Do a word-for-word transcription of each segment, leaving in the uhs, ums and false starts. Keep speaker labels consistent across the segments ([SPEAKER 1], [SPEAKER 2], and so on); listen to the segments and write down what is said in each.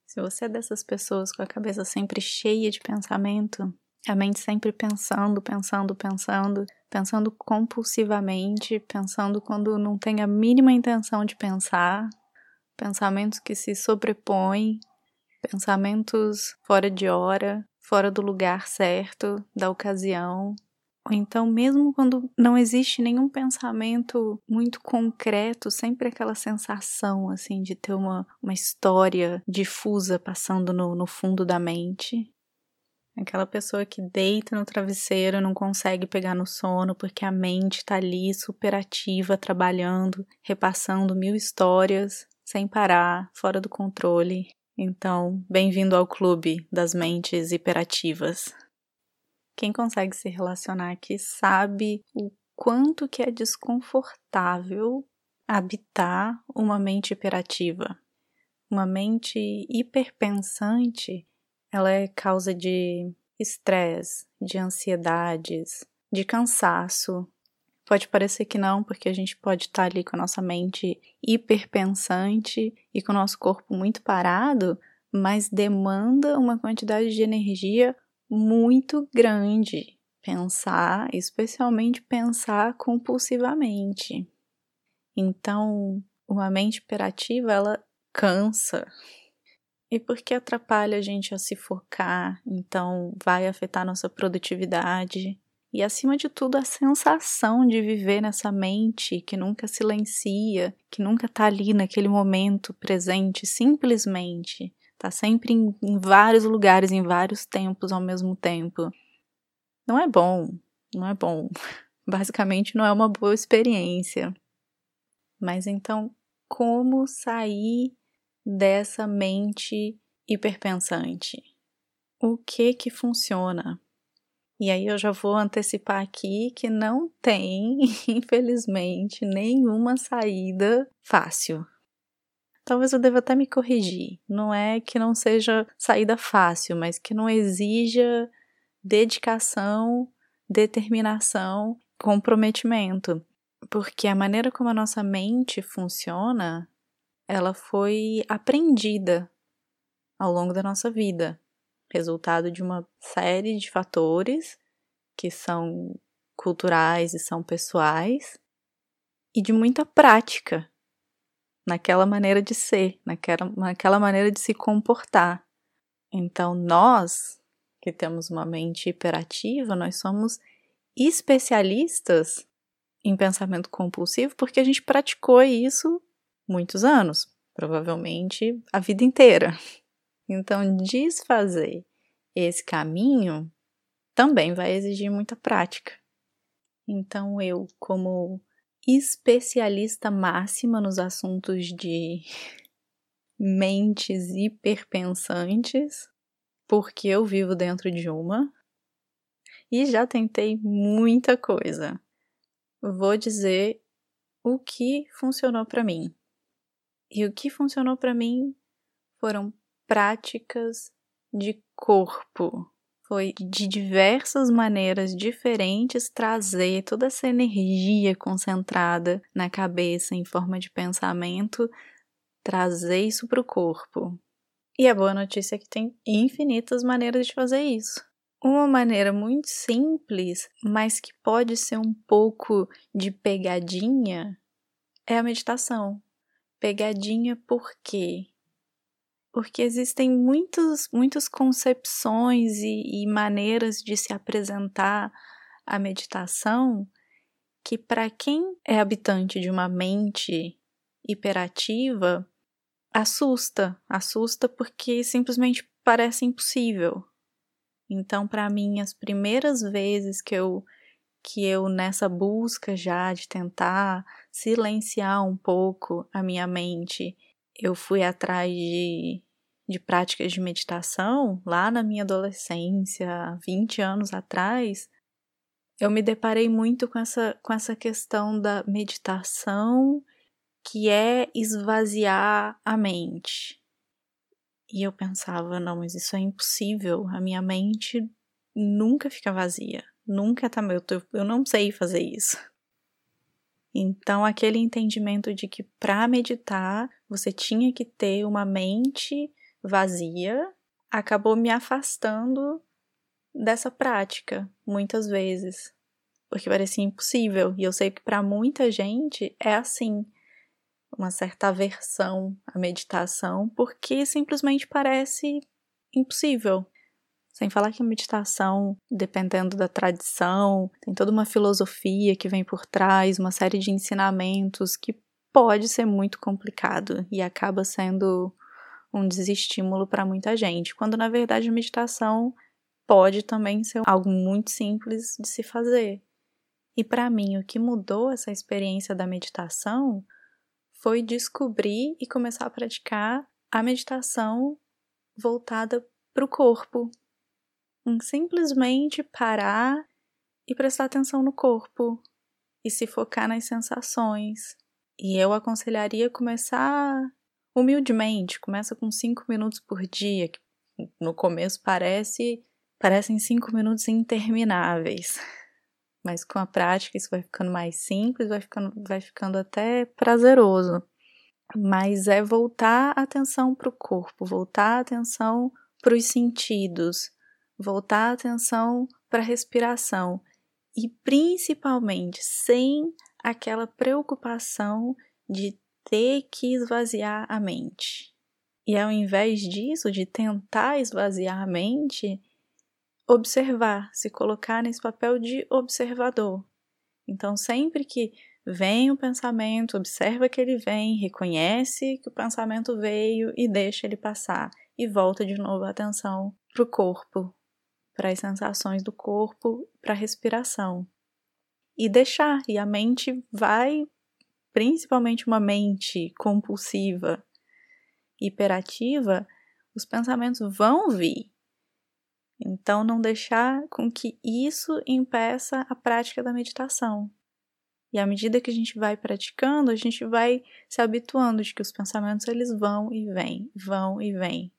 [SPEAKER 1] Se você é dessas pessoas com a cabeça sempre cheia de pensamento, a mente sempre pensando, pensando, pensando, pensando compulsivamente, pensando quando não tem a mínima intenção de pensar, pensamentos que se sobrepõem, pensamentos fora de hora, fora do lugar certo, da ocasião. Ou então, mesmo quando não existe nenhum pensamento muito concreto, sempre aquela sensação assim de ter uma, uma história difusa passando no, no fundo da mente. Aquela pessoa que deita no travesseiro e não consegue pegar no sono porque a mente está ali superativa, trabalhando, repassando mil histórias, sem parar, fora do controle. Então, bem-vindo ao clube das mentes hiperativas. Quem consegue se relacionar aqui sabe o quanto que é desconfortável habitar uma mente hiperativa. Uma mente hiperpensante, ela é causa de estresse, de ansiedades, de cansaço. Pode parecer que não, porque a gente pode estar ali com a nossa mente hiperpensante e com o nosso corpo muito parado, mas demanda uma quantidade de energia muito grande. Pensar, especialmente pensar compulsivamente. Então, uma mente hiperativa, ela cansa. E porque atrapalha a gente a se focar, então vai afetar nossa produtividade. E acima de tudo, a sensação de viver nessa mente que nunca silencia, que nunca tá ali naquele momento presente, simplesmente. Tá sempre em, em vários lugares, em vários tempos ao mesmo tempo. Não é bom, não é bom. Basicamente não é uma boa experiência. Mas então, como sair dessa mente hiperpensante? O que que funciona? E aí eu já vou antecipar aqui que não tem, infelizmente, nenhuma saída fácil. Talvez eu deva até me corrigir. Não é que não seja saída fácil, mas que não exija dedicação, determinação, comprometimento. Porque a maneira como a nossa mente funciona, ela foi aprendida ao longo da nossa vida. Resultado de uma série de fatores que são culturais e são pessoais e de muita prática naquela maneira de ser, naquela, naquela maneira de se comportar. Então nós, que temos uma mente hiperativa, nós somos especialistas em pensamento compulsivo porque a gente praticou isso muitos anos, provavelmente a vida inteira. Então, desfazer esse caminho também vai exigir muita prática. Então, eu, como especialista máxima nos assuntos de mentes hiperpensantes, porque eu vivo dentro de uma e já tentei muita coisa, vou dizer o que funcionou para mim. E o que funcionou para mim foram práticas de corpo. Foi de diversas maneiras diferentes trazer toda essa energia concentrada na cabeça em forma de pensamento, trazer isso para o corpo. E a boa notícia é que tem infinitas maneiras de fazer isso. Uma maneira muito simples, mas que pode ser um pouco de pegadinha, é a meditação. Pegadinha por quê? Porque existem muitas, muitas concepções e, e maneiras de se apresentar a meditação que, para quem é habitante de uma mente hiperativa, assusta. Assusta porque simplesmente parece impossível. Então, para mim, as primeiras vezes que eu, que eu, nessa busca já de tentar silenciar um pouco a minha mente, eu fui atrás de, de práticas de meditação, lá na minha adolescência, vinte anos atrás, eu me deparei muito com essa, com essa questão da meditação, que é esvaziar a mente. E eu pensava, não, mas isso é impossível, a minha mente nunca fica vazia, nunca tá meu, eu não sei fazer isso. Então, aquele entendimento de que para meditar, você tinha que ter uma mente vazia acabou me afastando dessa prática, muitas vezes, porque parecia impossível, e eu sei que para muita gente é assim, uma certa aversão à meditação, porque simplesmente parece impossível. Sem falar que a meditação, dependendo da tradição, tem toda uma filosofia que vem por trás, uma série de ensinamentos que pode ser muito complicado e acaba sendo um desestímulo para muita gente, quando na verdade a meditação pode também ser algo muito simples de se fazer. E para mim, o que mudou essa experiência da meditação foi descobrir e começar a praticar a meditação voltada para o corpo. Em simplesmente parar e prestar atenção no corpo e se focar nas sensações. E eu aconselharia começar humildemente, começa com cinco minutos por dia, que no começo parece, parecem cinco minutos intermináveis. Mas com a prática isso vai ficando mais simples, vai ficando, vai ficando até prazeroso. Mas é voltar a atenção para o corpo, voltar a atenção para os sentidos, voltar a atenção para a respiração. E principalmente sem aquela preocupação de ter que esvaziar a mente. E ao invés disso, de tentar esvaziar a mente, observar, se colocar nesse papel de observador. Então, sempre que vem o pensamento, observa que ele vem, reconhece que o pensamento veio e deixa ele passar. E volta de novo a atenção para o corpo, para as sensações do corpo, para a respiração. E deixar, e a mente vai, principalmente uma mente compulsiva, hiperativa, os pensamentos vão vir. Então, não deixar com que isso impeça a prática da meditação. E à medida que a gente vai praticando, a gente vai se habituando de que os pensamentos eles vão e vêm, vão e vêm.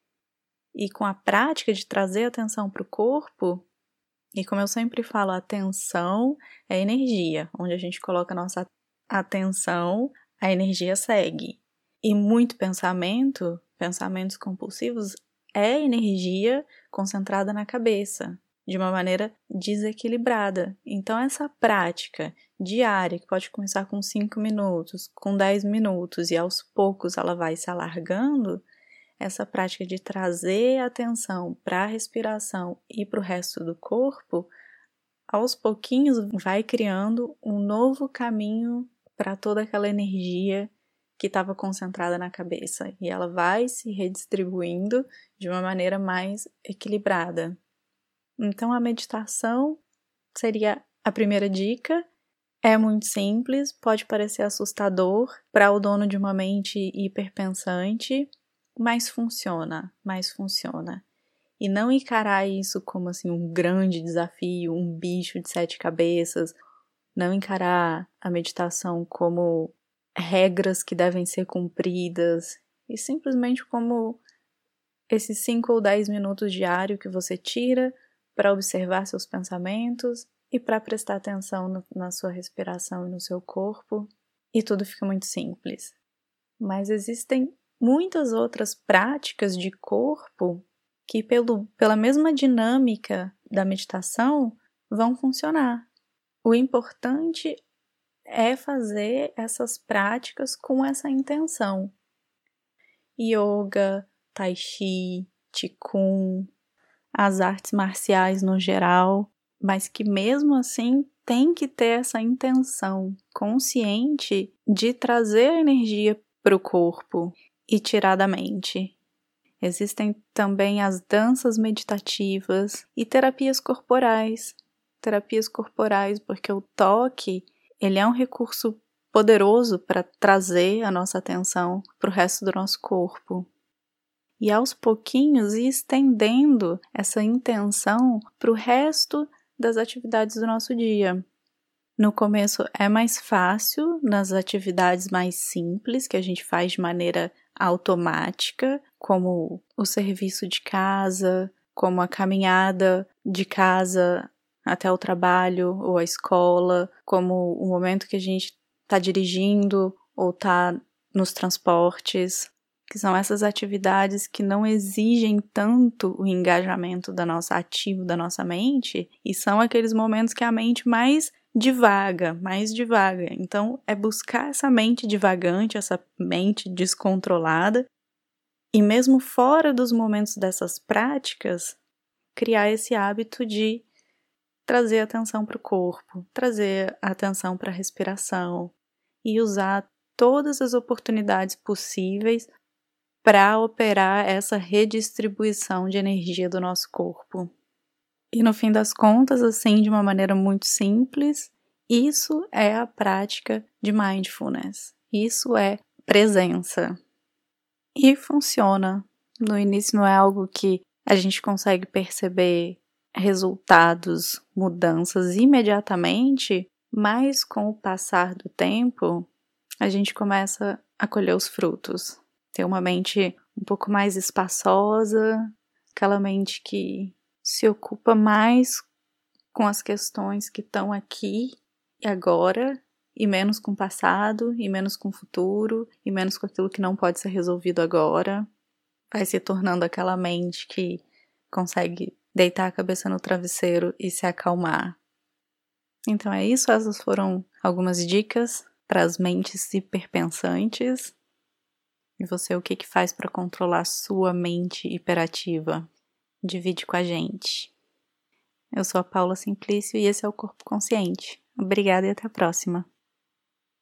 [SPEAKER 1] E com a prática de trazer atenção para o corpo, e como eu sempre falo, a atenção é energia. Onde a gente coloca a nossa atenção, a energia segue. E muito pensamento, pensamentos compulsivos, é energia concentrada na cabeça, de uma maneira desequilibrada. Então essa prática diária, que pode começar com cinco minutos, com dez minutos, e aos poucos ela vai se alargando, essa prática de trazer atenção para a respiração e para o resto do corpo, aos pouquinhos vai criando um novo caminho para toda aquela energia que estava concentrada na cabeça. E ela vai se redistribuindo de uma maneira mais equilibrada. Então a meditação seria a primeira dica. É muito simples, pode parecer assustador para o dono de uma mente hiperpensante, mas funciona, mas funciona. E não encarar isso como assim um grande desafio, um bicho de sete cabeças, não encarar a meditação como regras que devem ser cumpridas, e simplesmente como esses cinco ou dez minutos diários que você tira para observar seus pensamentos e para prestar atenção no, na sua respiração e no seu corpo, e tudo fica muito simples. Mas existem muitas outras práticas de corpo que, pelo, pela mesma dinâmica da meditação, vão funcionar. O importante é fazer essas práticas com essa intenção. Yoga, Tai Chi, Qigong, as artes marciais no geral, mas que mesmo assim tem que ter essa intenção consciente de trazer a energia para o corpo e tirar da mente. Existem também as danças meditativas e terapias corporais. Terapias corporais, porque o toque ele é um recurso poderoso para trazer a nossa atenção para o resto do nosso corpo. E aos pouquinhos ir estendendo essa intenção para o resto das atividades do nosso dia. No começo é mais fácil, nas atividades mais simples, que a gente faz de maneira automática, como o serviço de casa, como a caminhada de casa até o trabalho ou a escola, como o momento que a gente está dirigindo ou está nos transportes. que são essas atividades que não exigem tanto o engajamento da nossa ativo da nossa mente, e são aqueles momentos que a mente mais divaga, mais divaga. Então, é buscar essa mente divagante, essa mente descontrolada, e mesmo fora dos momentos dessas práticas, criar esse hábito de trazer atenção para o corpo, trazer atenção para a respiração e usar todas as oportunidades possíveis para operar essa redistribuição de energia do nosso corpo. E no fim das contas, assim, de uma maneira muito simples, isso é a prática de mindfulness. Isso é presença. E funciona. No início não é algo que a gente consegue perceber resultados, mudanças imediatamente, mas com o passar do tempo, a gente começa a colher os frutos. Ter uma mente um pouco mais espaçosa, aquela mente que se ocupa mais com as questões que estão aqui e agora, e menos com o passado, e menos com o futuro, e menos com aquilo que não pode ser resolvido agora. Vai se tornando aquela mente que consegue deitar a cabeça no travesseiro e se acalmar. Então é isso, essas foram algumas dicas para as mentes hiperpensantes. E você, o que que faz para controlar sua mente hiperativa? Divide com a gente. Eu sou a Paula Simplício e esse é o Corpo Consciente. Obrigada e até a próxima.